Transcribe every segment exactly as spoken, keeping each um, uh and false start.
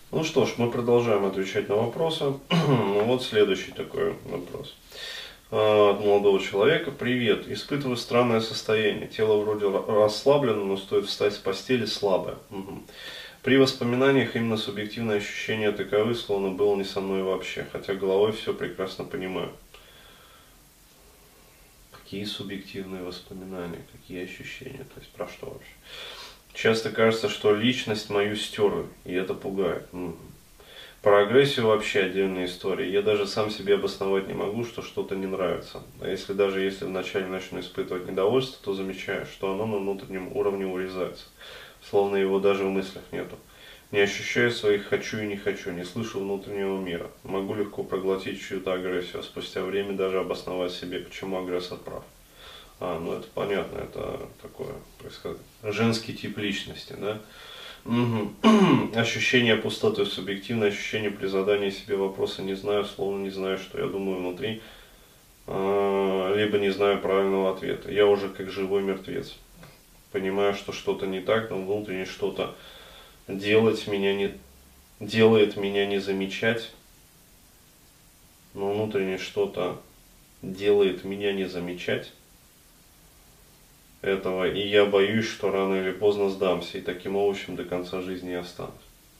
Ну что ж, мы продолжаем отвечать на вопросы. Ну вот следующий такой вопрос. А, От молодого человека. Привет. Испытываю странное состояние. Тело вроде ра- расслаблено, но стоит встать с постели слабое. Мгм. При воспоминаниях именно субъективные ощущения таковы, словно было не со мной вообще. Хотя головой все прекрасно понимаю. Какие субъективные воспоминания, какие ощущения, то есть про что вообще? Часто кажется, что личность мою стерли, и это пугает. Мгм. Про агрессию вообще отдельная история. Я даже сам себе обосновать не могу, что что-то не нравится. А если даже если вначале начну испытывать недовольство, то замечаю, что оно на внутреннем уровне урезается. Словно его даже в мыслях нету. Не ощущаю своих хочу и не хочу, не слышу внутреннего мира. Могу легко проглотить чью-то агрессию, а спустя время даже обосновать себе, почему агрессор прав. А, ну это понятно, это такое, так сказать, женский тип личности, да? Мгм. Ощущение пустоты, субъективное ощущение при задании себе вопроса не знаю, словно не знаю, что я думаю внутри, а, либо не знаю правильного ответа. Я уже как живой мертвец. Понимаю, что что-то не так, но внутренне что-то делать меня не, делает меня не замечать, но внутренне что-то делает меня не замечать этого, и я боюсь, что рано или поздно сдамся, и таким овощем до конца жизни останусь.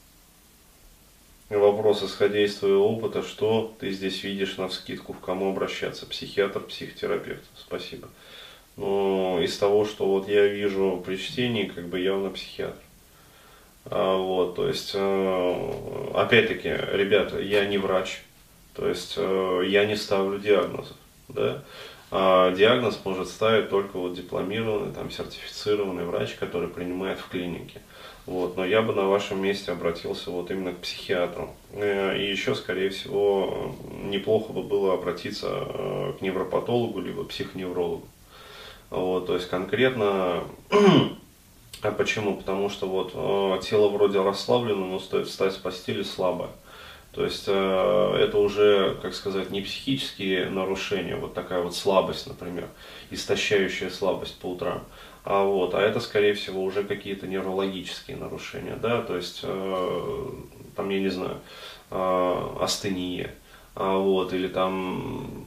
Вопрос, исходя из твоего опыта, что ты здесь видишь навскидку, к кому обращаться? Психиатр, психотерапевт? Спасибо. Но из того, что вот я вижу при чтении, как бы явно психиатр. А, вот, то есть, э, опять-таки, ребята, я не врач, то есть э, я не ставлю диагнозов, да. А диагноз может ставить только вот дипломированный, там, сертифицированный врач, который принимает в клинике. Вот, но я бы на вашем месте обратился вот именно к психиатру. Э, И еще, скорее всего, неплохо бы было обратиться э, к невропатологу, либо психоневрологу. Вот, то есть конкретно, а почему? Потому что вот э, тело вроде расслаблено, но стоит встать с постели слабое. То есть э, это уже, как сказать, не психические нарушения, вот такая вот слабость, например, истощающая слабость по утрам, а вот, а это, скорее всего, уже какие-то неврологические нарушения, да, то есть э, там, я не знаю, э, астения, а вот, или там,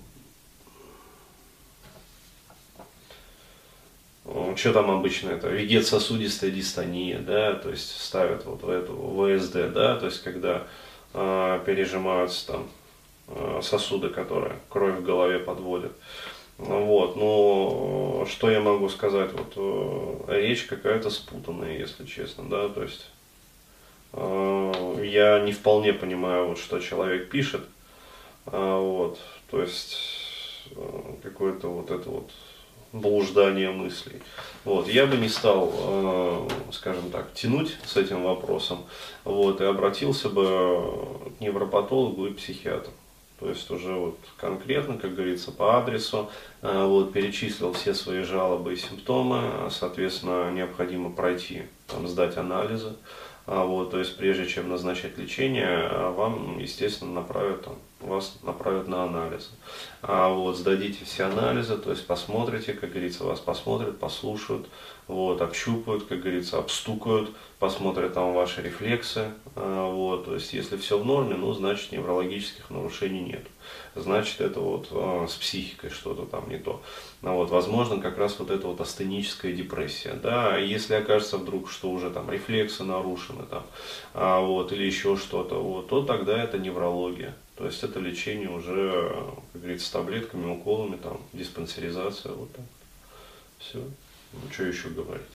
э, что там обычно это, вегетососудистая дистония, да, то есть ставят вот в эту вэ эс дэ, да, то есть когда э, пережимаются там э, сосуды, которые кровь в голове подводят. Вот, но что я могу сказать, вот э, речь какая-то спутанная, если честно, да, то есть э, я не вполне понимаю, вот что человек пишет, а, вот, то есть э, какое-то вот это вот блуждание мыслей. Вот, я бы не стал, э, скажем так, тянуть с этим вопросом, вот, и обратился бы к невропатологу и психиатру. То есть уже вот конкретно, как говорится, по адресу, э, вот, перечислил все свои жалобы и симптомы, соответственно, необходимо пройти, там, сдать анализы, а, вот, то есть прежде чем назначать лечение, а, вам, естественно, направят, там, вас направят на анализы. А, вот, сдадите все анализы, то есть посмотрите, как говорится, вас посмотрят, послушают, вот, общупают, как говорится, обстукают, посмотрят там ваши рефлексы, а, вот, то есть если все в норме, ну, значит неврологических нарушений нет. Значит, это вот а, с психикой что-то там не то. Ну, вот, возможно, как раз вот эта вот астеническая депрессия, да, если окажется вдруг, что уже там рефлексы нарушены, там, а, вот, или еще что-то, вот, то тогда это неврология. То есть это лечение уже, как говорится, с таблетками, уколами, там, диспансеризация, вот так. Все. Ну, что еще говорить?